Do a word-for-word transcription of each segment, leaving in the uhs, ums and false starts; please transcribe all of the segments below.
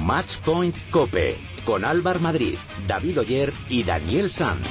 Match Point COPE, con Álvar Madrid, David Oyer y Daniel Sanz.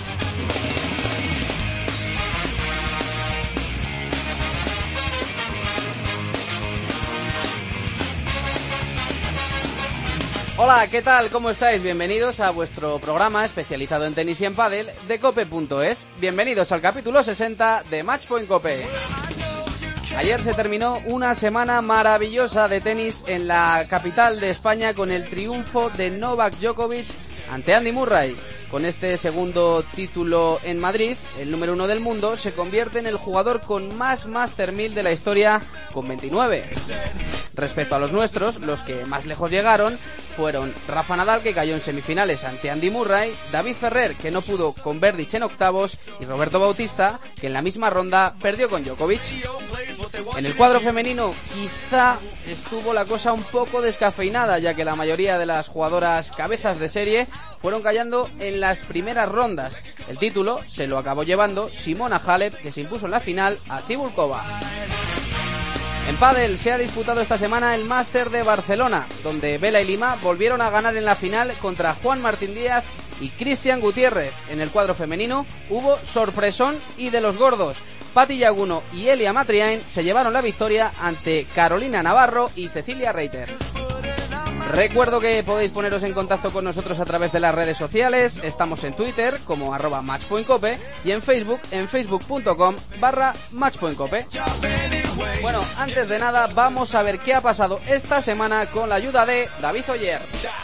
Hola, ¿qué tal? ¿Cómo estáis? Bienvenidos a vuestro programa especializado en tenis y en pádel de cope punto es. Bienvenidos al capítulo sesenta de Match Point COPE. Ayer se terminó una semana maravillosa de tenis en la capital de España con el triunfo de Novak Djokovic ante Andy Murray. Con este segundo título en Madrid, el número uno del mundo se convierte en el jugador con más Master mil de la historia, con veintinueve. Respecto a los nuestros, los que más lejos llegaron fueron Rafa Nadal, que cayó en semifinales ante Andy Murray, David Ferrer, que no pudo con Berdych en octavos, y Roberto Bautista, que en la misma ronda perdió con Djokovic. En el cuadro femenino quizá estuvo la cosa un poco descafeinada, ya que la mayoría de las jugadoras cabezas de serie fueron cayendo en las primeras rondas. El título se lo acabó llevando Simona Halep, que se impuso en la final a Cibulkova. En pádel se ha disputado esta semana el Máster de Barcelona, donde Vela y Lima volvieron a ganar en la final contra Juan Martín Díaz y Cristian Gutiérrez. En el cuadro femenino hubo sorpresón y de los gordos. Patti Yaguno y Elia Matriain se llevaron la victoria ante Carolina Navarro y Cecilia Reiter. Recuerdo que podéis poneros en contacto con nosotros a través de las redes sociales. Estamos en Twitter como arroba matchpointcope y en Facebook en facebook.com barra matchpointcope. Bueno, antes de nada vamos a ver qué ha pasado esta semana con la ayuda de David Oyer.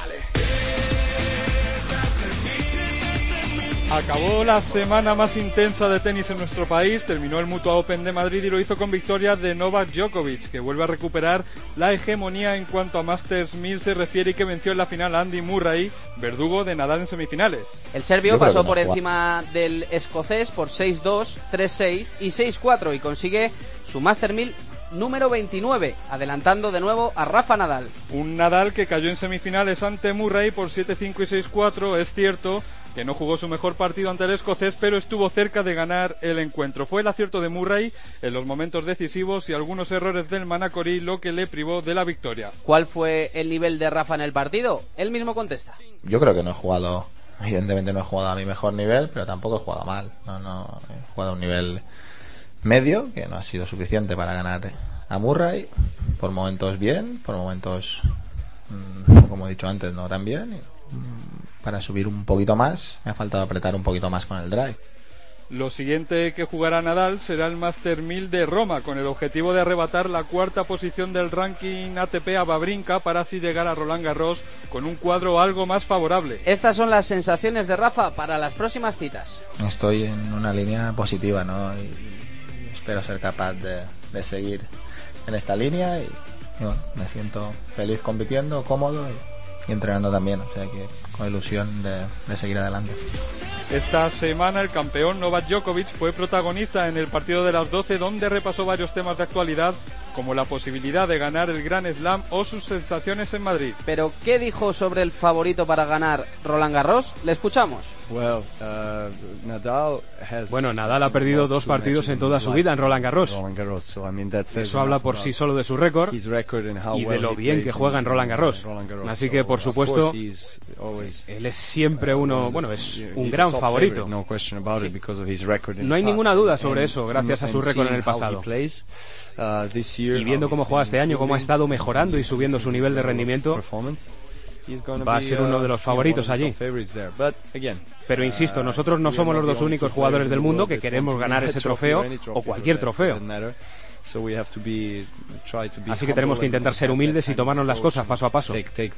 Acabó la semana más intensa de tenis en nuestro país, terminó el Mutua Open de Madrid y lo hizo con victoria de Novak Djokovic, que vuelve a recuperar la hegemonía en cuanto a Masters mil se refiere y que venció en la final a Andy Murray, verdugo de Nadal en semifinales. El serbio pasó por encima del escocés por seis dos, tres seis y seis cuatro y consigue su Master mil número veintinueve, adelantando de nuevo a Rafa Nadal. Un Nadal que cayó en semifinales ante Murray por siete cinco y seis cuatro, es cierto que no jugó su mejor partido ante el escocés, pero estuvo cerca de ganar el encuentro. Fue el acierto de Murray en los momentos decisivos y algunos errores del Manacorí lo que le privó de la victoria. ¿Cuál fue el nivel de Rafa en el partido? Él mismo contesta. Yo creo que no he jugado, evidentemente no he jugado a mi mejor nivel, pero tampoco he jugado mal. No, no, he jugado a un nivel medio, que no ha sido suficiente para ganar a Murray. Por momentos bien, por momentos, como he dicho antes, no tan bien. Para subir un poquito más me ha faltado apretar un poquito más con el drive. Lo siguiente que jugará Nadal será el Master mil de Roma, con el objetivo de arrebatar la cuarta posición del ranking A T P a Wawrinka para así llegar a Roland Garros con un cuadro algo más favorable. Estas son las sensaciones de Rafa para las próximas citas. Estoy en una línea positiva, ¿no? Y espero ser capaz de, de seguir en esta línea y, y bueno, me siento feliz compitiendo, cómodo y, y entrenando también, o sea que con ilusión de, de seguir adelante. Esta semana el campeón Novak Djokovic fue protagonista en el partido de las doce, donde repasó varios temas de actualidad como la posibilidad de ganar el Grand Slam o sus sensaciones en Madrid. Pero ¿qué dijo sobre el favorito para ganar Roland Garros? Le escuchamos. Well, uh, Nadal has bueno, Nadal ha perdido dos partidos en toda su vida en Roland Garros. Roland Garros so, I mean, Eso habla por sí solo de su récord y de lo bien que juega en Roland Garros. Así que, por supuesto, él es siempre uno, bueno, es un gran favorito. No hay ninguna duda sobre eso, gracias a su récord en el pasado. Y viendo cómo juega este año, cómo ha estado mejorando y subiendo su nivel de rendimiento, va a ser uno de los favoritos allí. Pero insisto, nosotros no somos los dos únicos jugadores del mundo que queremos ganar ese trofeo o cualquier trofeo. Así que tenemos que intentar ser humildes y tomarnos las cosas paso a paso.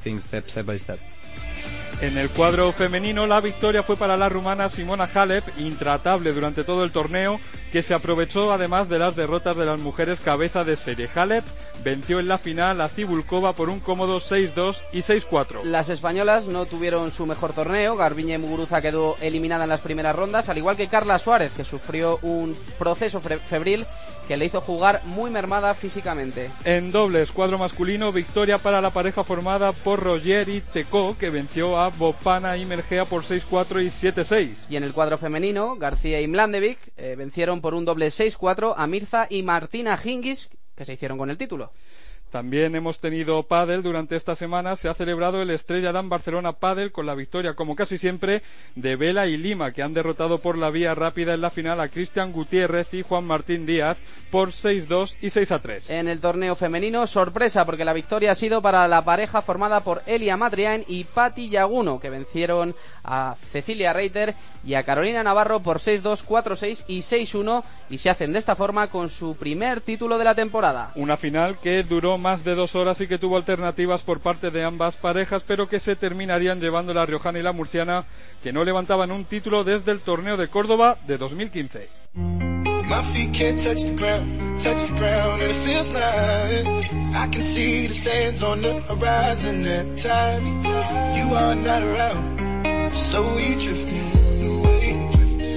En el cuadro femenino la victoria fue para la rumana Simona Halep, intratable durante todo el torneo, que se aprovechó además de las derrotas de las mujeres cabeza de serie. Halep venció en la final a Cibulkova por un cómodo seis dos y seis cuatro. Las españolas no tuvieron su mejor torneo. Garbiñe Muguruza quedó eliminada en las primeras rondas, al igual que Carla Suárez, que sufrió un proceso febril que le hizo jugar muy mermada físicamente. En dobles, cuadro masculino, victoria para la pareja formada por Roger y Tecó, que venció a Bopana y Mergea por seis cuatro y siete seis. Y en el cuadro femenino, García y Mladenovic eh, vencieron por un doble seis cuatro a Mirza y Martina Hingis, que se hicieron con el título. También hemos tenido pádel durante esta semana. Se ha celebrado el Estrella Damm Barcelona Pádel con la victoria, como casi siempre, de Vela y Lima, que han derrotado por la vía rápida en la final a Cristian Gutiérrez y Juan Martín Díaz por seis dos y seis a tres. En el torneo femenino, sorpresa, porque la victoria ha sido para la pareja formada por Elia Matrián y Patti Yaguno, que vencieron a Cecilia Reiter y a Carolina Navarro por seis dos, cuatro seis y seis uno, y se hacen de esta forma con su primer título de la temporada. Una final que duró más de dos horas y que tuvo alternativas por parte de ambas parejas, pero que se terminarían llevando la riojana y la murciana, que no levantaban un título desde el torneo de Córdoba de dos mil quince. My feet can't touch the ground, touch the ground, and it feels like I can see the sands on the horizon every time you are not around, slowly drifting away,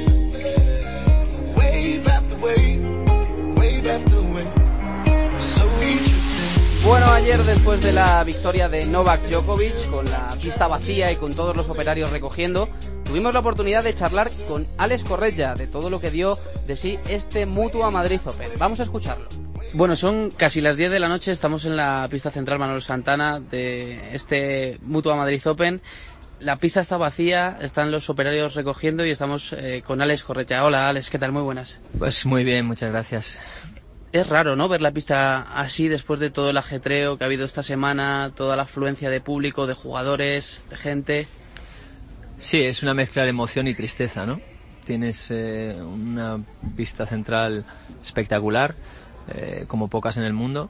wave after wave, wave after wave, slowly drifting. Bueno, ayer después de la victoria de Novak Djokovic, con la pista vacía y con todos los operarios recogiendo, tuvimos la oportunidad de charlar con Alex Corretja de todo lo que dio de sí este Mutua Madrid Open. Vamos a escucharlo. Bueno, son casi las diez de la noche, estamos en la pista central Manuel Santana de este Mutua Madrid Open. La pista está vacía, están los operarios recogiendo y estamos eh, con Alex Corretja. Hola Alex, ¿qué tal? Muy buenas. Pues muy bien, muchas gracias. Es raro, ¿no?, ver la pista así después de todo el ajetreo que ha habido esta semana, toda la afluencia de público, de jugadores, de gente. Sí, es una mezcla de emoción y tristeza, ¿no? Tienes eh, una pista central espectacular, eh, como pocas en el mundo,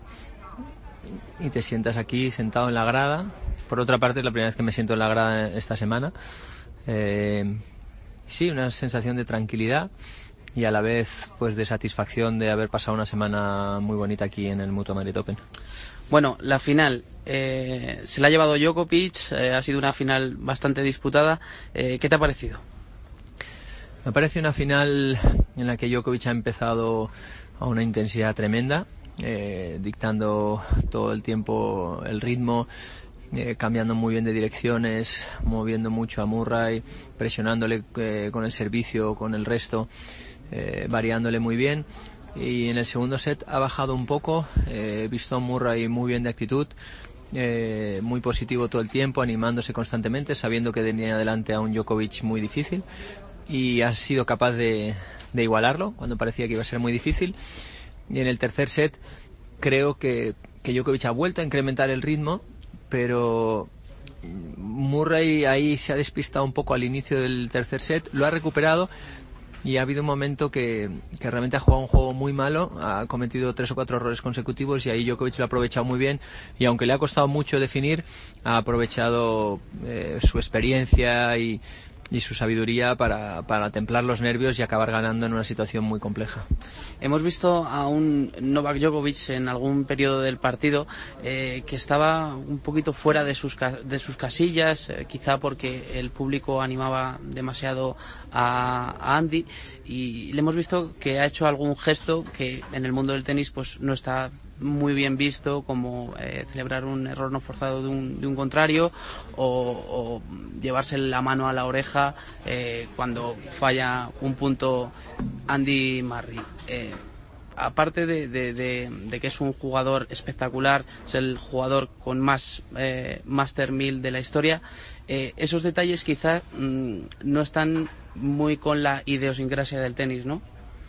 y te sientas aquí sentado en la grada. Por otra parte, es la primera vez que me siento en la grada esta semana. Eh, sí, una sensación de tranquilidad y a la vez pues de satisfacción de haber pasado una semana muy bonita aquí en el Mutua Madrid Open. Bueno, la final eh, se la ha llevado Djokovic, eh, ha sido una final bastante disputada. Eh, ¿Qué te ha parecido? Me parece una final en la que Djokovic ha empezado a una intensidad tremenda, eh, dictando todo el tiempo el ritmo, eh, cambiando muy bien de direcciones, moviendo mucho a Murray, presionándole eh, con el servicio, con el resto, eh, variándole muy bien. Y en el segundo set ha bajado un poco, he eh, visto a Murray muy bien de actitud, eh, muy positivo todo el tiempo, animándose constantemente, sabiendo que tenía delante a un Djokovic muy difícil, y ha sido capaz de, de igualarlo cuando parecía que iba a ser muy difícil. Y en el tercer set creo que, que Djokovic ha vuelto a incrementar el ritmo, pero Murray ahí se ha despistado un poco al inicio del tercer set, lo ha recuperado. Y ha habido un momento que, que realmente ha jugado un juego muy malo, ha cometido tres o cuatro errores consecutivos y ahí Djokovic lo ha aprovechado muy bien, y aunque le ha costado mucho definir, ha aprovechado eh, su experiencia y, y su sabiduría para, para templar los nervios y acabar ganando en una situación muy compleja. Hemos visto a un Novak Djokovic en algún periodo del partido eh, que estaba un poquito fuera de sus, de sus casillas, eh, quizá porque el público animaba demasiado a, a Andy, y le hemos visto que ha hecho algún gesto que en el mundo del tenis pues no está muy bien visto, como eh, celebrar un error no forzado de un, de un contrario, o, o llevarse la mano a la oreja eh, cuando falla un punto Andy Murray. Eh, aparte de, de, de, de que es un jugador espectacular, es el jugador con más eh, Master mil de la historia, eh, esos detalles quizás mmm, no están muy con la idiosincrasia del tenis, ¿no?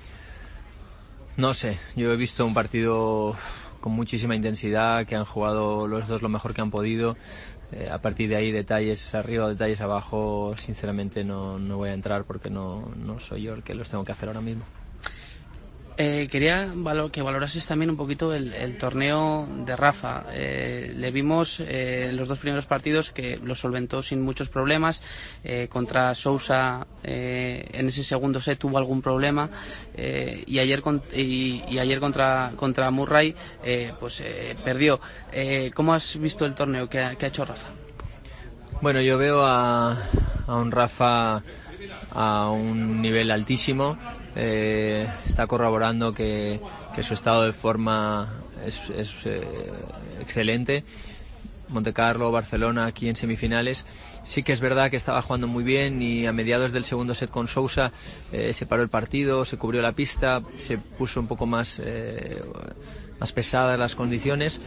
No sé, yo he visto un partido con muchísima intensidad, que han jugado los dos lo mejor que han podido. Eh, a partir de ahí, detalles arriba, detalles abajo, sinceramente no, no voy a entrar porque no, no soy yo el que los tengo que hacer ahora mismo. Eh, quería valor, que valorases también un poquito el, el torneo de Rafa. Eh, le vimos eh, en los dos primeros partidos que lo solventó sin muchos problemas. Eh, contra Sousa eh, en ese segundo set tuvo algún problema, eh, y ayer con, y, y ayer contra contra Murray eh, pues eh, perdió. Eh, ¿Cómo has visto el torneo que ha, que ha hecho Rafa? Bueno, yo veo a, a un Rafa a un nivel altísimo. Eh, está corroborando que, que su estado de forma es, es eh, excelente. Montecarlo, Barcelona, aquí en semifinales. Sí que es verdad que estaba jugando muy bien, y a mediados del segundo set con Sousa eh, se paró el partido, se cubrió la pista, se puso un poco más, eh, más pesadas las condiciones,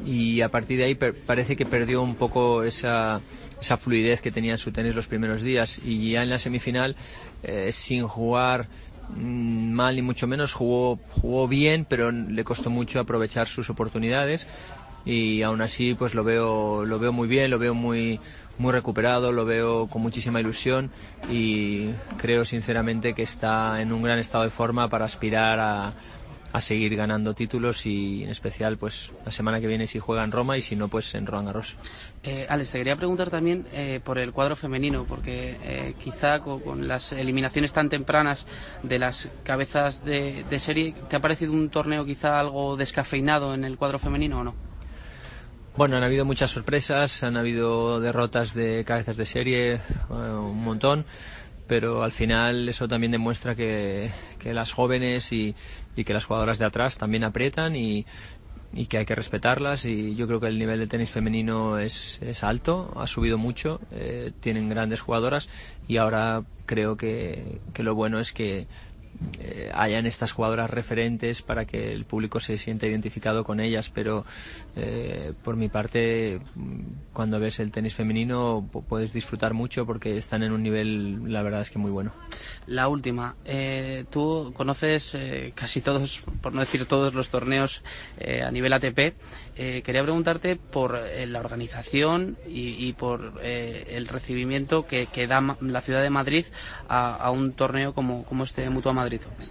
y a partir de ahí per- parece que perdió un poco esa, esa fluidez que tenía en su tenis los primeros días, y ya en la semifinal, eh, sin jugar mmm, mal ni mucho menos, jugó, jugó bien, pero le costó mucho aprovechar sus oportunidades, y aún así pues lo veo lo veo muy bien, lo veo muy muy recuperado, lo veo con muchísima ilusión, y creo sinceramente que está en un gran estado de forma para aspirar a, a seguir ganando títulos, y en especial pues la semana que viene si juega en Roma, y si no pues en Roland Garros. Eh, Alex, te quería preguntar también eh, por el cuadro femenino, porque eh, quizá con, con las eliminaciones tan tempranas de las cabezas de, de serie, ¿te ha parecido un torneo quizá algo descafeinado en el cuadro femenino o no? Bueno, han habido muchas sorpresas, han habido derrotas de cabezas de serie, eh, un montón, pero al final eso también demuestra que, que las jóvenes y, y que las jugadoras de atrás también aprietan, y, y que hay que respetarlas, y yo creo que el nivel de tenis femenino es, es alto, ha subido mucho, eh, tienen grandes jugadoras, y ahora creo que, que lo bueno es que Eh, hayan estas jugadoras referentes para que el público se sienta identificado con ellas, pero eh, por mi parte, cuando ves el tenis femenino puedes disfrutar mucho porque están en un nivel, la verdad es que muy bueno. La última, eh, tú conoces eh, casi todos, por no decir todos los torneos eh, a nivel A T P. Eh, quería preguntarte por eh, la organización y, y por eh, el recibimiento que, que da ma- la ciudad de Madrid a, a un torneo como, como este Mutua Madrid.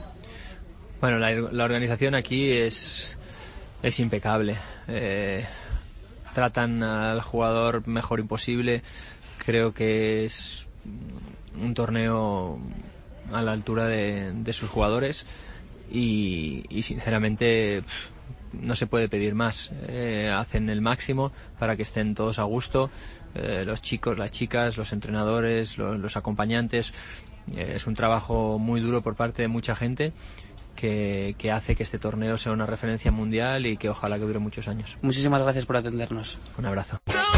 Bueno, la, la organización aquí es, es impecable. Eh, tratan al jugador mejor imposible. Creo que es un torneo a la altura de, de sus jugadores, y, y sinceramente pff, no se puede pedir más. Eh, hacen el máximo para que estén todos a gusto, eh, los chicos, las chicas, los entrenadores, los, los acompañantes. Eh, es un trabajo muy duro por parte de mucha gente que, que hace que este torneo sea una referencia mundial y que ojalá que dure muchos años. Muchísimas gracias por atendernos. Un abrazo.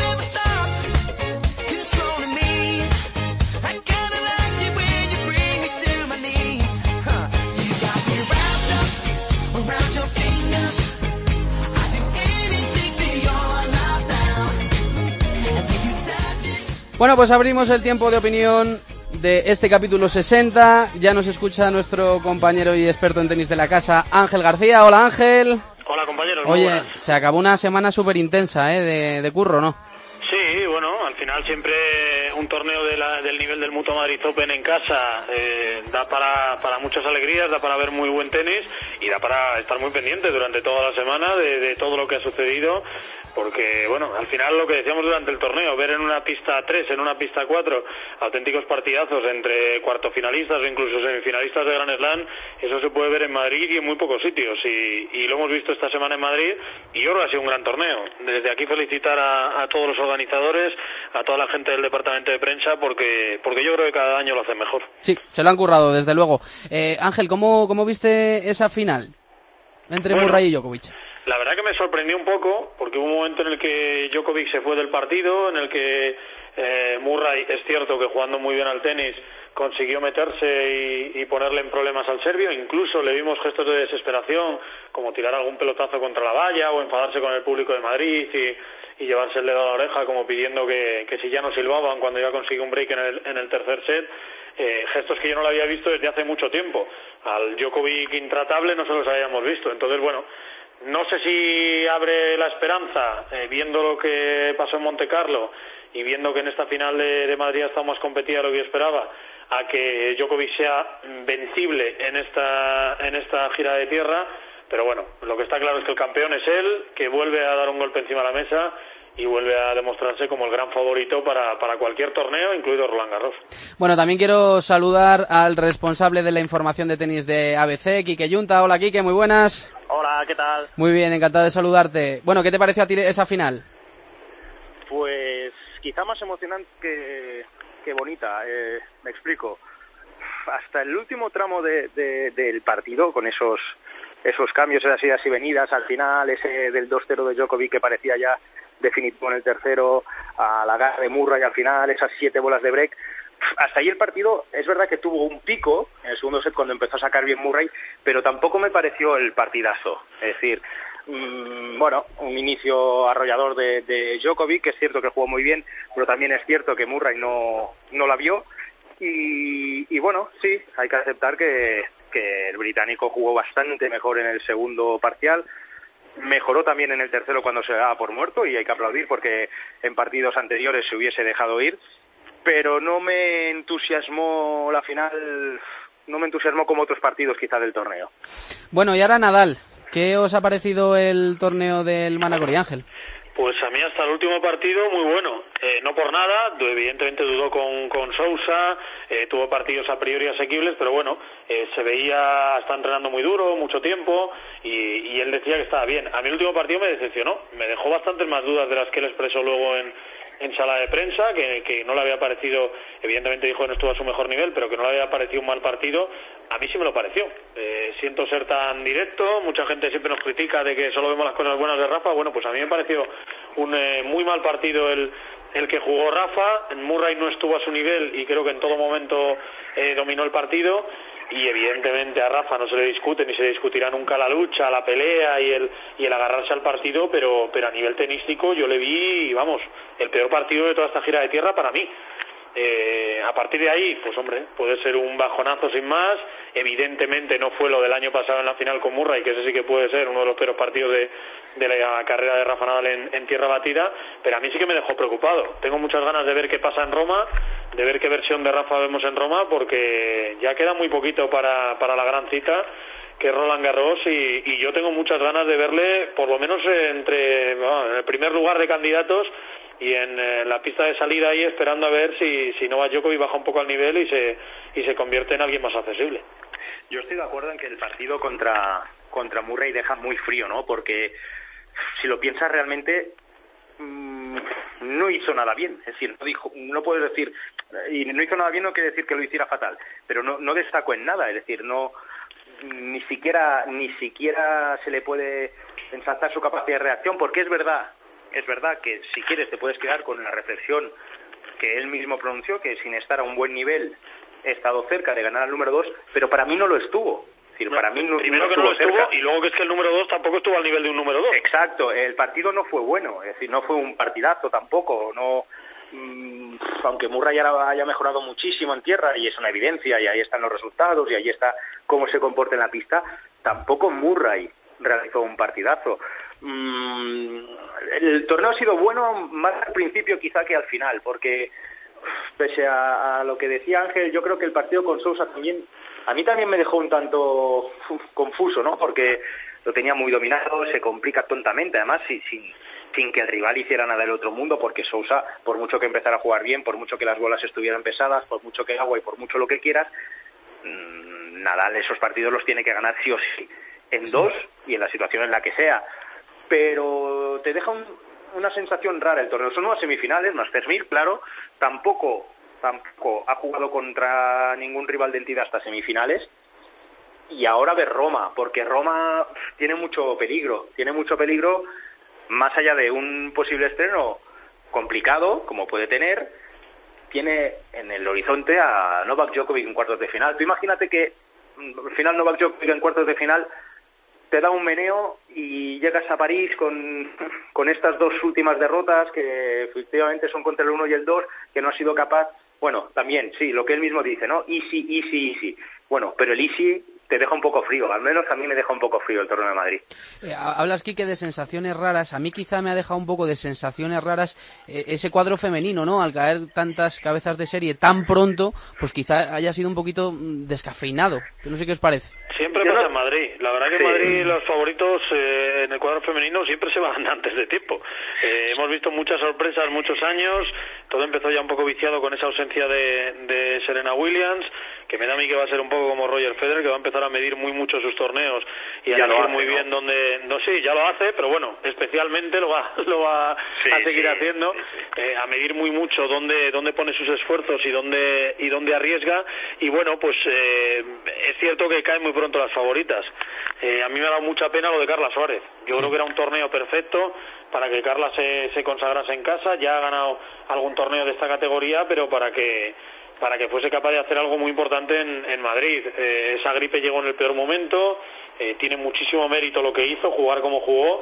Bueno, pues abrimos el tiempo de opinión de este capítulo sesenta. Ya nos escucha nuestro compañero y experto en tenis de la casa, Ángel García. Hola, Ángel. Hola, compañeros. Oye, se acabó una semana súper intensa, ¿eh? De, de curro, ¿no? Sí, bueno, al final siempre un torneo de la, del nivel del Mutua Madrid Open en casa eh, da para, para muchas alegrías, da para ver muy buen tenis y da para estar muy pendiente durante toda la semana de, de todo lo que ha sucedido, porque, bueno, al final lo que decíamos durante el torneo, ver en una pista tres, en una pista cuatro, auténticos partidazos entre cuartofinalistas o incluso semifinalistas de Grand Slam, eso se puede ver en Madrid y en muy pocos sitios, y, y lo hemos visto esta semana en Madrid, y yo creo que ha sido un gran torneo. Desde aquí felicitar a, a todos los organizadores, a toda la gente del departamento de prensa, porque porque yo creo que cada año lo hacen mejor. Sí, se lo han currado, desde luego. Eh, Ángel, ¿cómo, ¿cómo viste esa final entre bueno, Murray y Djokovic? La verdad que me sorprendió un poco, porque hubo un momento en el que Djokovic se fue del partido, en el que eh, Murray, es cierto que jugando muy bien al tenis, consiguió meterse y, y ponerle en problemas al serbio. Incluso le vimos gestos de desesperación, como tirar algún pelotazo contra la valla o enfadarse con el público de Madrid y, y llevarse el dedo a la oreja, como pidiendo que, que si ya no silbaban cuando ya consiguió un break en el, en el tercer set. Eh, gestos que yo no lo había visto desde hace mucho tiempo. Al Djokovic intratable no se los habíamos visto. Entonces, bueno, no sé si abre la esperanza, eh, viendo lo que pasó en Monte Carlo y viendo que en esta final de, de Madrid ha estado más competida de lo que yo esperaba, a que Djokovic sea vencible en esta en esta gira de tierra, pero bueno, lo que está claro es que el campeón es él, que vuelve a dar un golpe encima de la mesa y vuelve a demostrarse como el gran favorito para, para cualquier torneo, incluido Roland Garros. Bueno, también quiero saludar al responsable de la información de tenis de A B C, Quique Yunta. Hola, Quique, muy buenas. Hola, ¿qué tal? Muy bien, encantado de saludarte. Bueno, ¿qué te pareció a ti esa final? Pues quizá más emocionante que, que bonita, eh, me explico. Hasta el último tramo de, de, del partido, con esos esos cambios, esas idas y venidas, al final ese del dos cero de Djokovic que parecía ya definitivo en el tercero, a la garra de Murray al final, esas siete bolas de break. Hasta ahí el partido, es verdad que tuvo un pico en el segundo set cuando empezó a sacar bien Murray, pero tampoco me pareció el partidazo. Es decir, mmm, bueno, un inicio arrollador de, de Djokovic, que es cierto que jugó muy bien, pero también es cierto que Murray no, no la vio. Y, y bueno, sí, hay que aceptar que, que el británico jugó bastante mejor en el segundo parcial. Mejoró también en el tercero cuando se daba por muerto, y hay que aplaudir porque en partidos anteriores se hubiese dejado ir. Pero no me entusiasmó la final, no me entusiasmó como otros partidos quizá del torneo. Bueno, y ahora Nadal, ¿qué os ha parecido el torneo del Manacor, Ángel? Pues a mí hasta el último partido muy bueno, eh, no por nada, evidentemente dudó con, con Sousa, eh, tuvo partidos a priori asequibles, pero bueno, eh, se veía, está entrenando muy duro, mucho tiempo, y, y él decía que estaba bien. A mí el último partido me decepcionó, me dejó bastantes más dudas de las que él expresó luego en, en sala de prensa, que, que no le había parecido, evidentemente dijo que no estuvo a su mejor nivel, pero que no le había parecido un mal partido. A mí sí me lo pareció. Eh, siento ser tan directo, mucha gente siempre nos critica de que solo vemos las cosas buenas de Rafa. Bueno, pues a mí me pareció un eh, muy mal partido el, el que jugó Rafa. Murray no estuvo a su nivel y creo que en todo momento eh, dominó el partido. Y evidentemente a Rafa no se le discute ni se le discutirá nunca la lucha, la pelea y el y el agarrarse al partido, pero pero a nivel tenístico yo le vi, vamos, el peor partido de toda esta gira de tierra para mí. Eh, a partir de ahí, pues hombre, puede ser un bajonazo sin más. Evidentemente no fue lo del año pasado en la final con Murray, que ese sí que puede ser uno de los peores partidos de, de la carrera de Rafa Nadal en, en tierra batida, pero a mí sí que me dejó preocupado. Tengo muchas ganas de ver qué pasa en Roma, de ver qué versión de Rafa vemos en Roma, porque ya queda muy poquito para, para la gran cita, que es Roland Garros, y, y yo tengo muchas ganas de verle, por lo menos entre, bueno, en el primer lugar de candidatos, y en, en la pista de salida ahí esperando a ver si, si Novak Djokovic baja un poco al nivel y se, y se convierte en alguien más accesible. Yo estoy de acuerdo en que el partido contra, contra Murray deja muy frío, ¿no? Porque si lo piensas realmente, mmm, no hizo nada bien. Es decir, no, dijo, no puedes decir, y no hizo nada bien no quiere decir que lo hiciera fatal, pero no, no destacó en nada. Es decir, no ni siquiera ni siquiera se le puede ensalzar su capacidad de reacción, porque es verdad Es verdad que si quieres te puedes quedar con la reflexión que él mismo pronunció, que sin estar a un buen nivel he estado cerca de ganar al número dos, pero para mí no lo estuvo. Es decir, no, para mí no, primero no que no lo estuvo estuvo, cerca. Y luego que es que el número dos tampoco estuvo al nivel de un número dos. Exacto, el partido no fue bueno, es decir, no fue un partidazo tampoco, no mmm, aunque Murray haya, haya mejorado muchísimo en tierra, y es una evidencia, y ahí están los resultados, y ahí está cómo se comporta en la pista, tampoco Murray realizó un partidazo. El torneo ha sido bueno más al principio quizá que al final, porque pese a, a lo que decía Ángel, yo creo que el partido con Sousa también, a mí también me dejó un tanto uf, confuso, ¿no? Porque lo tenía muy dominado, se complica tontamente, además sin, sin, sin que el rival hiciera nada del otro mundo, porque Sousa, por mucho que empezara a jugar bien, por mucho que las bolas estuvieran pesadas, por mucho que agua y por mucho lo que quieras, mmm, Nadal esos partidos los tiene que ganar sí o sí, en dos y en la situación en la que sea. Pero te deja un, una sensación rara el torneo. Son unas semifinales, Masters mil, claro, tampoco, tampoco ha jugado contra ningún rival de entidad hasta semifinales, y ahora ver Roma, porque Roma tiene mucho peligro, tiene mucho peligro más allá de un posible estreno complicado, como puede tener, tiene en el horizonte a Novak Djokovic en cuartos de final. Tú imagínate que al final Novak Djokovic en cuartos de final te da un meneo y llegas a París con, con estas dos últimas derrotas que efectivamente son contra el uno y el dos, que no ha sido capaz, bueno, también, sí, lo que él mismo dice, ¿no? Easy, easy, easy. Bueno, pero el easy te deja un poco frío, al menos a mí me deja un poco frío el torneo de Madrid. Eh, hablas, Quique, de sensaciones raras. A mí quizá me ha dejado un poco de sensaciones raras eh, ese cuadro femenino, ¿no? Al caer tantas cabezas de serie tan pronto, pues quizá haya sido un poquito descafeinado, que no sé qué os parece. Siempre Yo pasa no... en Madrid. La verdad que sí. en Madrid los favoritos eh, en el cuadro femenino siempre se van antes de tiempo. Eh, hemos visto muchas sorpresas, muchos años. Todo empezó ya un poco viciado con esa ausencia de, de Serena Williams, que me da a mí que va a ser un poco como Roger Federer, que va a empezar a medir muy mucho sus torneos y a elegir muy bien ¿no? dónde... No, sí, ya lo hace, pero bueno, especialmente lo va, lo va sí, a seguir sí, haciendo, sí, sí. Eh, a medir muy mucho dónde, dónde pone sus esfuerzos y dónde, y dónde arriesga. Y bueno, pues eh, es cierto que caen muy pronto las favoritas. Eh, a mí me ha dado mucha pena lo de Carla Suárez. Yo sí. creo que era un torneo perfecto para que Carla se, se consagrase en casa. Ya ha ganado algún torneo de esta categoría, pero para que para que fuese capaz de hacer algo muy importante en, en Madrid. Eh, esa gripe llegó en el peor momento, eh, tiene muchísimo mérito lo que hizo, jugar como jugó,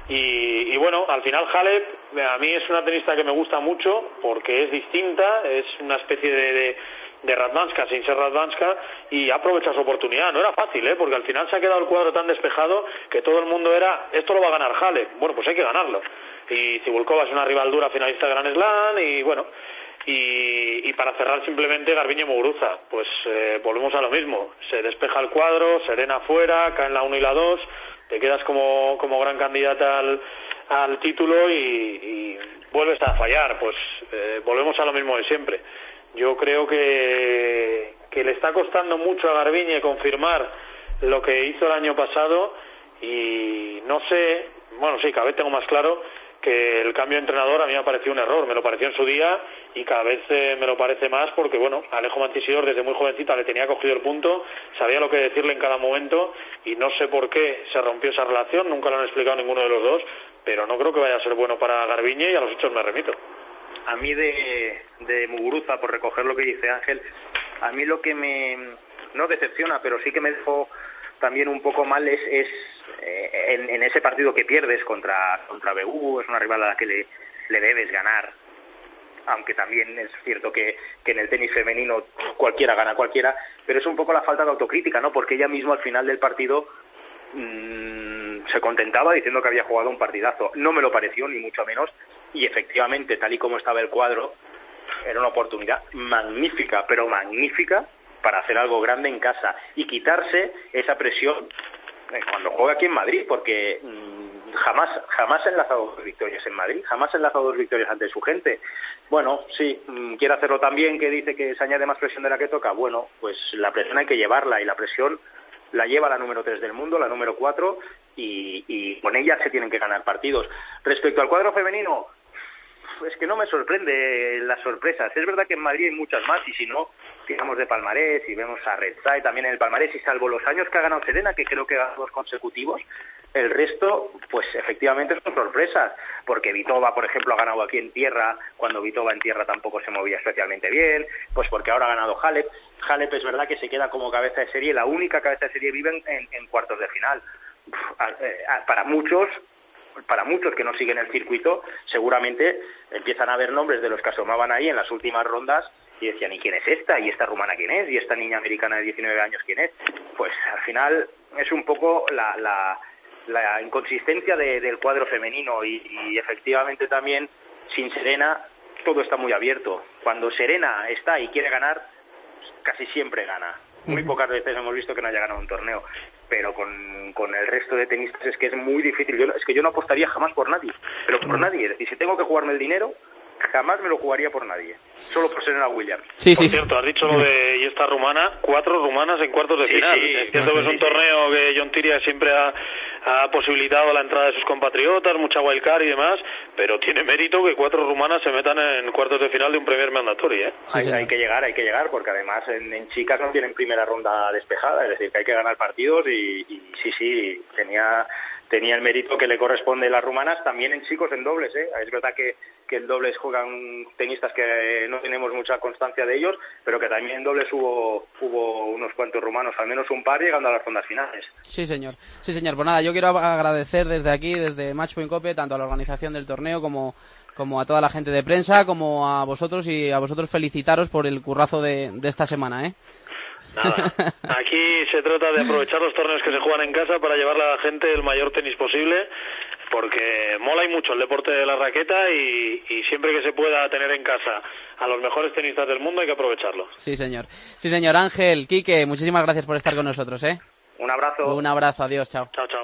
Y, y bueno, al final Halep a mí es una tenista que me gusta mucho porque es distinta, es una especie de, de, de Radwanska sin ser Radwanska y aprovecha su oportunidad. No era fácil, ¿eh? Porque al final se ha quedado el cuadro tan despejado que todo el mundo era, esto lo va a ganar Halep. Bueno, pues hay que ganarlo. Y Cibulkova es una rival dura finalista de Grand Slam y bueno, y, y para cerrar simplemente Garbiñe Muguruza, pues eh, volvemos a lo mismo, se despeja el cuadro, Serena fuera, caen la uno y la dos, te quedas como, como gran candidata al, al título y, y vuelves a fallar, pues eh, volvemos a lo mismo de siempre. Yo creo que, que le está costando mucho a Garbiñe confirmar lo que hizo el año pasado y no sé, bueno sí, cada vez tengo más claro que el cambio de entrenador a mí me ha parecido un error, me lo pareció en su día y cada vez eh, me lo parece más porque bueno, Alejo Mantisidor desde muy jovencita le tenía cogido el punto, sabía lo que decirle en cada momento y no sé por qué se rompió esa relación, nunca lo han explicado ninguno de los dos, pero no creo que vaya a ser bueno para Garbiñe y a los hechos me remito. A mí de, de Muguruza, por recoger lo que dice Ángel, a mí lo que me, no decepciona, pero sí que me dejó también un poco mal es, es eh, en, en ese partido que pierdes contra contra B U, es una rival a la que le, le debes ganar, aunque también es cierto que, que en el tenis femenino cualquiera gana cualquiera, pero es un poco la falta de autocrítica, ¿no? Porque ella misma al final del partido mmm, se contentaba diciendo que había jugado un partidazo. No me lo pareció, ni mucho menos, y efectivamente, tal y como estaba el cuadro, era una oportunidad magnífica, pero magnífica, para hacer algo grande en casa y quitarse esa presión cuando juega aquí en Madrid, porque mmm, jamás jamás ha enlazado dos victorias en Madrid, jamás ha enlazado dos victorias ante su gente. Bueno, sí, mmm, quiere hacerlo tan bien que dice que se añade más presión de la que toca. Bueno, pues la presión hay que llevarla y la presión la lleva la número tres del mundo, la número cuatro, y, y con ella se tienen que ganar partidos. Respecto al cuadro femenino, es que no me sorprende las sorpresas. Es verdad que en Madrid hay muchas más y si no, tiramos de palmarés y vemos a Redzai también en el palmarés y salvo los años que ha ganado Serena, que creo que ha dos consecutivos, el resto, pues efectivamente son sorpresas, porque Vitova, por ejemplo, ha ganado aquí en tierra, cuando Vitova en tierra tampoco se movía especialmente bien, pues porque ahora ha ganado Halep. Halep es verdad que se queda como cabeza de serie, la única cabeza de serie vive en, en, en cuartos de final. Para muchos, para muchos que no siguen el circuito, seguramente empiezan a ver nombres de los que asomaban ahí en las últimas rondas y decían, ¿y quién es esta? ¿Y esta rumana quién es? ¿Y esta niña americana de diecinueve años quién es? Pues al final es un poco la, la, la inconsistencia de, del cuadro femenino y, y efectivamente también sin Serena todo está muy abierto. Cuando Serena está y quiere ganar, casi siempre gana. Muy pocas veces hemos visto que no haya ganado un torneo, pero con, con el resto de tenistas es que es muy difícil. Yo, es que yo no apostaría jamás por nadie, pero por nadie. Es decir, si tengo que jugarme el dinero, jamás me lo jugaría por nadie, solo por Serena Williams. Sí, sí. Por cierto, has dicho lo de y esta rumana, cuatro rumanas en cuartos de sí, final. Sí, es cierto sí, que es un sí, torneo sí. que John Tiria siempre ha, ha posibilitado la entrada de sus compatriotas, mucha wildcard y demás, pero tiene mérito que cuatro rumanas se metan en cuartos de final de un Premier Mandatory, ¿eh? Sí, hay, sí. hay que llegar, hay que llegar, porque además en, en chicas no tienen primera ronda despejada, es decir, que hay que ganar partidos y, y sí, sí, tenía... tenía el mérito que le corresponde a las rumanas, también en chicos en dobles, ¿eh? Es verdad que, que en dobles juegan tenistas que no tenemos mucha constancia de ellos, pero que también en dobles hubo hubo unos cuantos rumanos, al menos un par, llegando a las rondas finales. Sí, señor. Sí, señor. Pues nada, yo quiero agradecer desde aquí, desde Matchpoint Cope, tanto a la organización del torneo como, como a toda la gente de prensa, como a vosotros y a vosotros felicitaros por el currazo de, de esta semana, ¿eh? Nada, aquí se trata de aprovechar los torneos que se juegan en casa para llevarle a la gente el mayor tenis posible, porque mola y mucho el deporte de la raqueta y, y siempre que se pueda tener en casa a los mejores tenistas del mundo hay que aprovecharlo. Sí, señor. Sí, señor. Ángel, Quique, muchísimas gracias por estar con nosotros, ¿eh? Un abrazo. Un abrazo, adiós, chao. Chao, chao.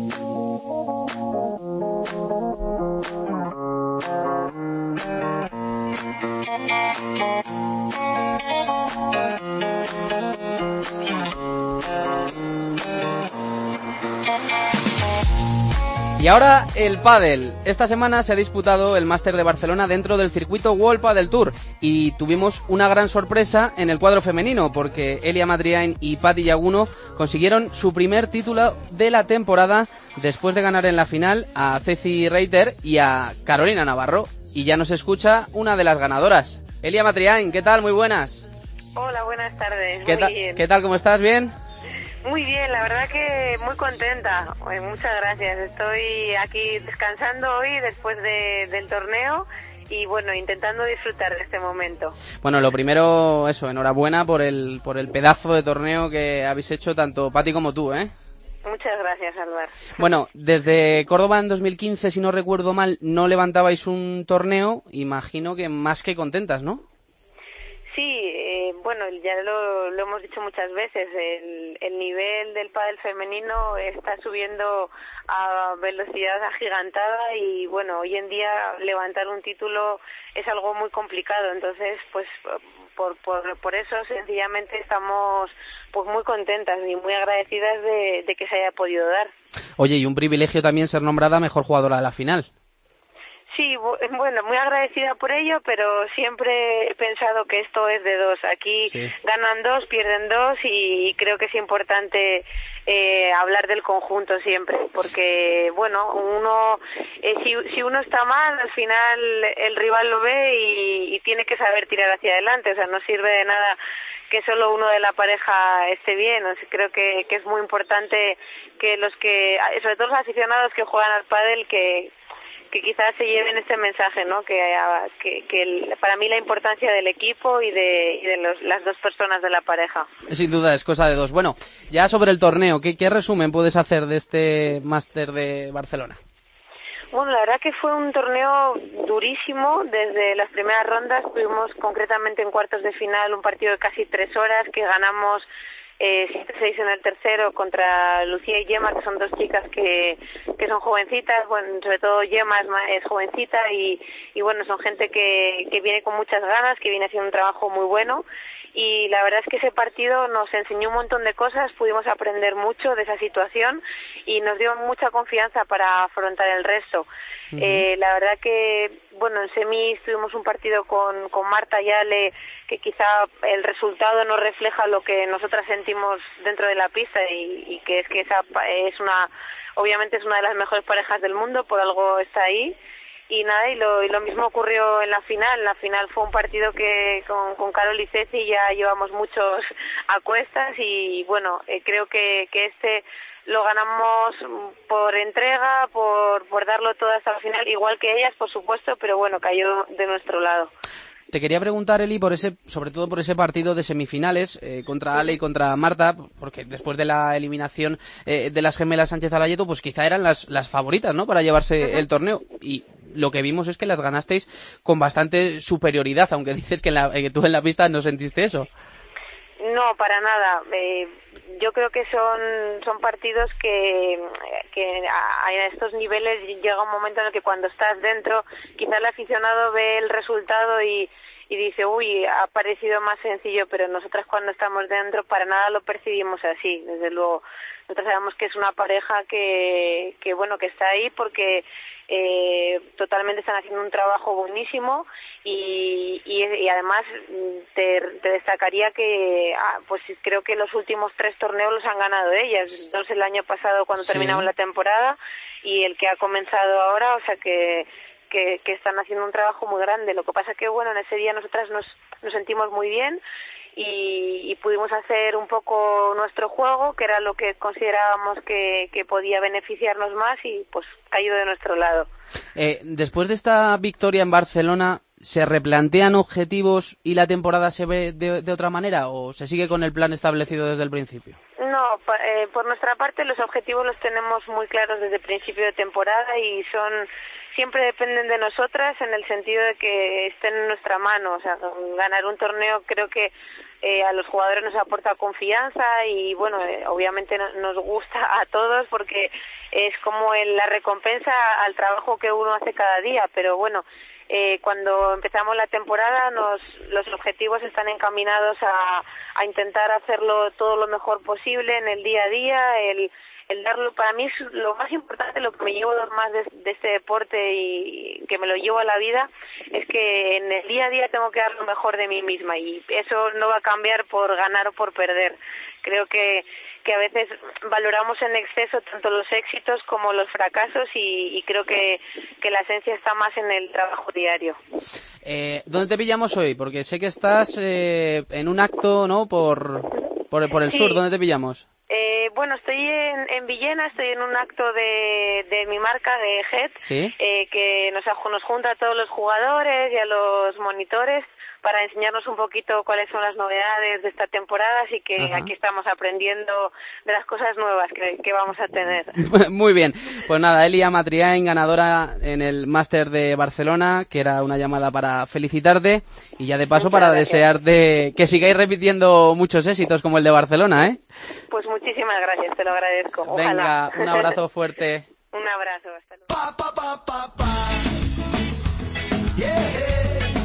Y ahora el pádel. Esta semana se ha disputado el Máster de Barcelona dentro del circuito World Padel Tour y tuvimos una gran sorpresa en el cuadro femenino porque Elia Madriain y Patti Yaguno consiguieron su primer título de la temporada después de ganar en la final a Ceci Reiter y a Carolina Navarro. Y ya nos escucha una de las ganadoras. Elia Madriain, ¿qué tal? Muy buenas. Hola, buenas tardes. ¿Qué Muy ta- bien. ¿Qué tal? ¿Cómo estás? ¿Bien? Muy bien, la verdad que muy contenta. Muchas gracias. Estoy aquí descansando hoy después de, del torneo y bueno, intentando disfrutar de este momento. Bueno, lo primero, eso, enhorabuena por el por el pedazo de torneo que habéis hecho tanto Pati como tú, ¿eh? Muchas gracias, Álvaro. Bueno, desde Córdoba en dos mil quince, si no recuerdo mal, no levantabais un torneo, imagino que más que contentas, ¿no? Sí, eh, bueno, ya lo, lo hemos dicho muchas veces, el, el nivel del pádel femenino está subiendo a velocidad agigantada y bueno, hoy en día levantar un título es algo muy complicado, entonces pues por, por, por eso sencillamente estamos pues muy contentas y muy agradecidas de, de que se haya podido dar. Oye, y un privilegio también ser nombrada mejor jugadora de la final. Sí, bueno, muy agradecida por ello, pero siempre he pensado que esto es de dos. Aquí sí. Ganan dos, pierden dos y creo que es importante eh, hablar del conjunto siempre, porque, bueno, uno eh, si, si uno está mal, al final el rival lo ve y, y tiene que saber tirar hacia adelante, o sea, no sirve de nada que solo uno de la pareja esté bien. O sea, creo que, que es muy importante que los que, sobre todo los aficionados que juegan al pádel, que que quizás se lleven este mensaje, ¿no? Que, que, que el, para mí la importancia del equipo y de, y de los, las dos personas de la pareja. Sin duda, es cosa de dos. Bueno, ya sobre el torneo, ¿qué, qué resumen puedes hacer de este Máster de Barcelona? Bueno, la verdad que fue un torneo durísimo. Desde las primeras rondas tuvimos concretamente en cuartos de final un partido de casi tres horas que ganamos Eh, siete seis en el tercero contra Lucía y Gemma, que son dos chicas que, que son jovencitas, bueno, sobre todo Gemma es, es jovencita y, y bueno, son gente que, que viene con muchas ganas, que viene haciendo un trabajo muy bueno y la verdad es que ese partido nos enseñó un montón de cosas, pudimos aprender mucho de esa situación y nos dio mucha confianza para afrontar el resto. Uh-huh. Eh, la verdad que, bueno, en semis tuvimos un partido con, con Marta y Ale que quizá el resultado no refleja lo que nosotras sentimos dentro de la pista y, y que es que esa es una, obviamente es una de las mejores parejas del mundo, por algo está ahí. Y nada, y lo, y lo mismo ocurrió en la final. En la final fue un partido que con, con Carol y Ceci ya llevamos muchos a cuestas y bueno, eh, creo que, que este lo ganamos por entrega, por, por darlo todo hasta la final, igual que ellas, por supuesto, pero bueno, cayó de nuestro lado. Te quería preguntar, Eli, por ese, sobre todo por ese partido de semifinales eh, contra Ale y contra Marta, porque después de la eliminación eh, de las gemelas Sánchez Alayeto, pues quizá eran las, las favoritas, ¿no?, para llevarse uh-huh. el torneo. Y lo que vimos es que las ganasteis con bastante superioridad, aunque dices que, en la, que tú en la pista no sentiste eso. No, para nada. Eh, yo creo que son son partidos que, que a, a estos niveles llega un momento en el que cuando estás dentro, quizás el aficionado ve el resultado y, y dice, uy, ha parecido más sencillo, pero nosotras cuando estamos dentro para nada lo percibimos así, desde luego. Nosotros sabemos que es una pareja que, que bueno, que está ahí porque eh, totalmente están haciendo un trabajo buenísimo y, y, y además te, te destacaría que ah, pues creo que los últimos tres torneos los han ganado ellas, dos el año pasado cuando sí. terminamos la temporada y el que ha comenzado ahora, o sea que Que, que están haciendo un trabajo muy grande. Lo que pasa que, bueno, en ese día nosotras nos, nos sentimos muy bien y, y pudimos hacer un poco nuestro juego, que era lo que considerábamos que, que podía beneficiarnos más y pues cayó de nuestro lado. Eh, después de esta victoria en Barcelona, ¿se replantean objetivos y la temporada se ve de, de otra manera o se sigue con el plan establecido desde el principio? No, eh, por nuestra parte los objetivos los tenemos muy claros desde el principio de temporada y son siempre dependen de nosotras en el sentido de que estén en nuestra mano. O sea, ganar un torneo creo que eh, a los jugadores nos aporta confianza y bueno, eh, obviamente no, nos gusta a todos porque es como el, la recompensa al trabajo que uno hace cada día, pero bueno, eh, cuando empezamos la temporada nos, los objetivos están encaminados a, a intentar hacerlo todo lo mejor posible en el día a día, el el darlo, para mí es lo más importante, lo que me llevo más de, de este deporte y que me lo llevo a la vida, es que en el día a día tengo que dar lo mejor de mí misma y eso no va a cambiar por ganar o por perder. Creo que, que a veces valoramos en exceso tanto los éxitos como los fracasos y, y creo que, que la esencia está más en el trabajo diario. Eh, ¿Dónde te pillamos hoy? Porque sé que estás eh, en un acto, ¿no?, por, por, por el sí. sur. ¿Dónde te pillamos? Eh, Bueno, estoy en, en Villena, estoy en un acto de, de mi marca, de Head, ¿Sí? eh, que nos, nos junta a todos los jugadores y a los monitores para enseñarnos un poquito cuáles son las novedades de esta temporada, así que Ajá. aquí estamos aprendiendo de las cosas nuevas que, que vamos a tener. Muy bien, pues nada, Elia Matriain, ganadora en el Máster de Barcelona, que era una llamada para felicitarte y ya de paso Muchas para gracias. desearte que sigáis repitiendo muchos éxitos como el de Barcelona, ¿eh? Pues muchísimas gracias, te lo agradezco. Ojalá. Venga, un abrazo fuerte. Un abrazo, hasta luego. Pa, pa, pa, pa, pa. Yeah.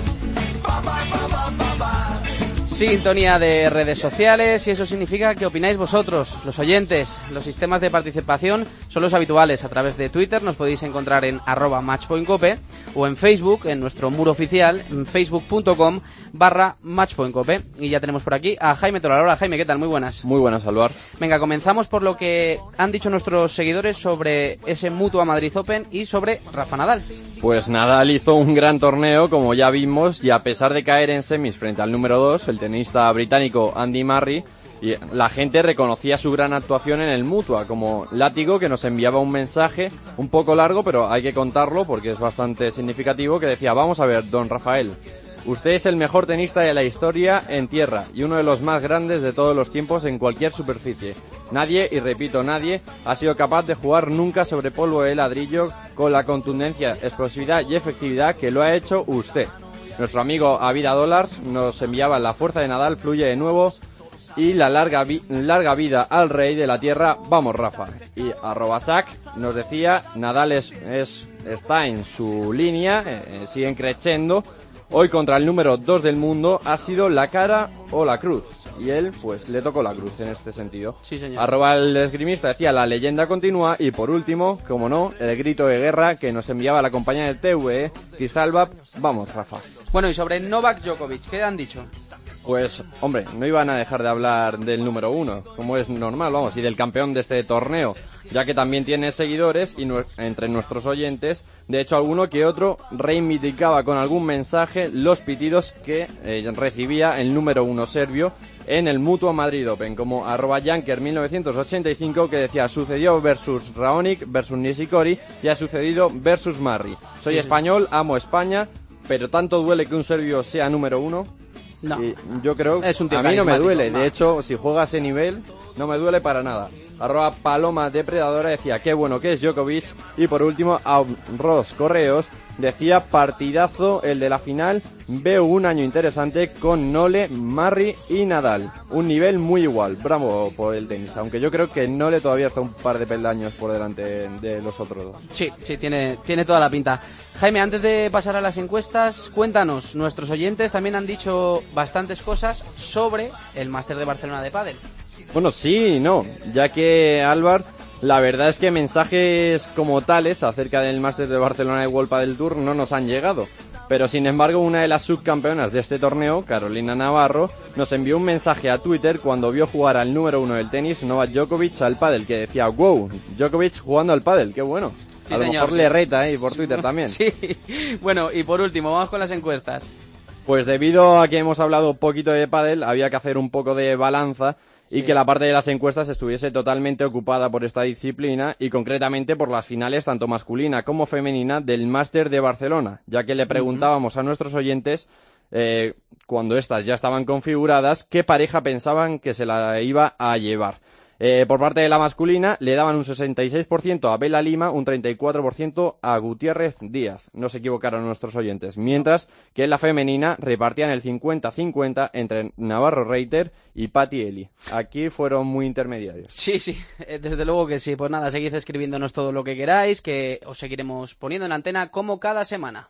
Sintonía de redes sociales y eso significa que opináis vosotros, los oyentes. Los sistemas de participación son los habituales. A través de Twitter nos podéis encontrar en arroba matchpointcope o en Facebook, en nuestro muro oficial, en facebook.com barra matchpointcope. Y ya tenemos por aquí a Jaime Tolalora. Jaime, ¿qué tal? Muy buenas. Muy buenas, Alvar. Venga, comenzamos por lo que han dicho nuestros seguidores sobre ese Mutua Madrid Open y sobre Rafa Nadal. Pues Nadal hizo un gran torneo, como ya vimos, y a pesar de caer en semis frente al número dos, el tenista británico Andy Murray, y la gente reconocía su gran actuación en el Mutua, como Látigo, que nos enviaba un mensaje un poco largo, pero hay que contarlo porque es bastante significativo, que decía: vamos a ver, don Rafael, usted es el mejor tenista de la historia en tierra y uno de los más grandes de todos los tiempos en cualquier superficie. Nadie, y repito, nadie, ha sido capaz de jugar nunca sobre polvo de ladrillo con la contundencia, explosividad y efectividad que lo ha hecho usted. Nuestro amigo Avida Dollars nos enviaba: la fuerza de Nadal fluye de nuevo y la larga, vi- larga vida al rey de la tierra, vamos Rafa. Y arroba sac nos decía: Nadal es, es, está en su línea, eh, siguen creciendo. Hoy contra el número dos del mundo ha sido la cara o la cruz. Y él, pues, le tocó la cruz en este sentido. Sí, señor. Arroba el esgrimista decía: la leyenda continúa. Y por último, como no, el grito de guerra que nos enviaba la compañía del T V E, Krisalva, vamos Rafa. Bueno, y sobre Novak Djokovic, ¿qué han dicho? Pues, hombre, no iban a dejar de hablar del número uno, como es normal, vamos, y del campeón de este torneo, ya que también tiene seguidores y nu- entre nuestros oyentes, de hecho alguno que otro reivindicaba con algún mensaje los pitidos que eh, recibía el número uno serbio en el Mutua Madrid Open, como arroba Janker mil novecientos ochenta y cinco, que decía: sucedió versus Raonic versus Nishikori y ha sucedido versus Murray. Soy sí, español, amo España, pero tanto duele que un serbio sea número uno. No. Y yo creo es un tío a mí no me duele, no. De hecho, si juega a ese nivel, no me duele para nada. Arroba Paloma Depredadora decía: qué bueno que es Djokovic. Y por último, a Ross Correos decía: partidazo el de la final, veo un año interesante con Nole, Murray y Nadal. Un nivel muy igual, bravo por el tenis, aunque yo creo que Nole todavía está un par de peldaños por delante de los otros dos. Sí, sí, tiene, tiene toda la pinta. Jaime, antes de pasar a las encuestas, cuéntanos, nuestros oyentes también han dicho bastantes cosas sobre el Máster de Barcelona de pádel. Bueno, sí y no, ya que Álvar, la verdad es que mensajes como tales acerca del Máster de Barcelona de World Padel Tour no nos han llegado. Pero sin embargo, una de las subcampeonas de este torneo, Carolina Navarro, nos envió un mensaje a Twitter cuando vio jugar al número uno del tenis, Novak Djokovic, al pádel, que decía: wow, Djokovic jugando al pádel, qué bueno. Sí, a lo señor. mejor le reta, ¿eh? Por Twitter también. Sí, bueno, y por último, vamos con las encuestas. Pues debido a que hemos hablado un poquito de pádel, había que hacer un poco de balanza y sí. que la parte de las encuestas estuviese totalmente ocupada por esta disciplina y concretamente por las finales tanto masculina como femenina del Máster de Barcelona, ya que le preguntábamos uh-huh. a nuestros oyentes, eh, cuando estas ya estaban configuradas, qué pareja pensaban que se la iba a llevar. Eh, por parte de la masculina le daban un sesenta y seis por ciento a Bela Lima, un treinta y cuatro por ciento a Gutiérrez Díaz. No se equivocaron nuestros oyentes. Mientras que en la femenina repartían el cincuenta cincuenta entre Navarro Reiter y Patti Eli. Aquí fueron muy intermediarios. Sí, sí, desde luego que sí. Pues nada, seguid escribiéndonos todo lo que queráis, que os seguiremos poniendo en antena como cada semana.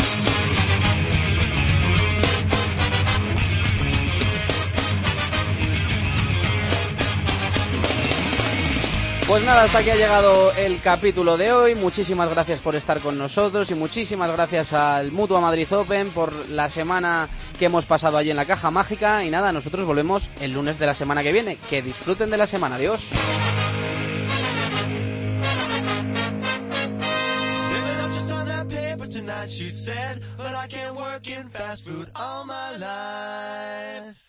Pues nada, hasta aquí ha llegado el capítulo de hoy. Muchísimas gracias por estar con nosotros y muchísimas gracias al Mutua Madrid Open por la semana que hemos pasado allí en la Caja Mágica. Y nada, nosotros volvemos el lunes de la semana que viene. Que disfruten de la semana. Adiós. She said, but I can't work in fast food all my life.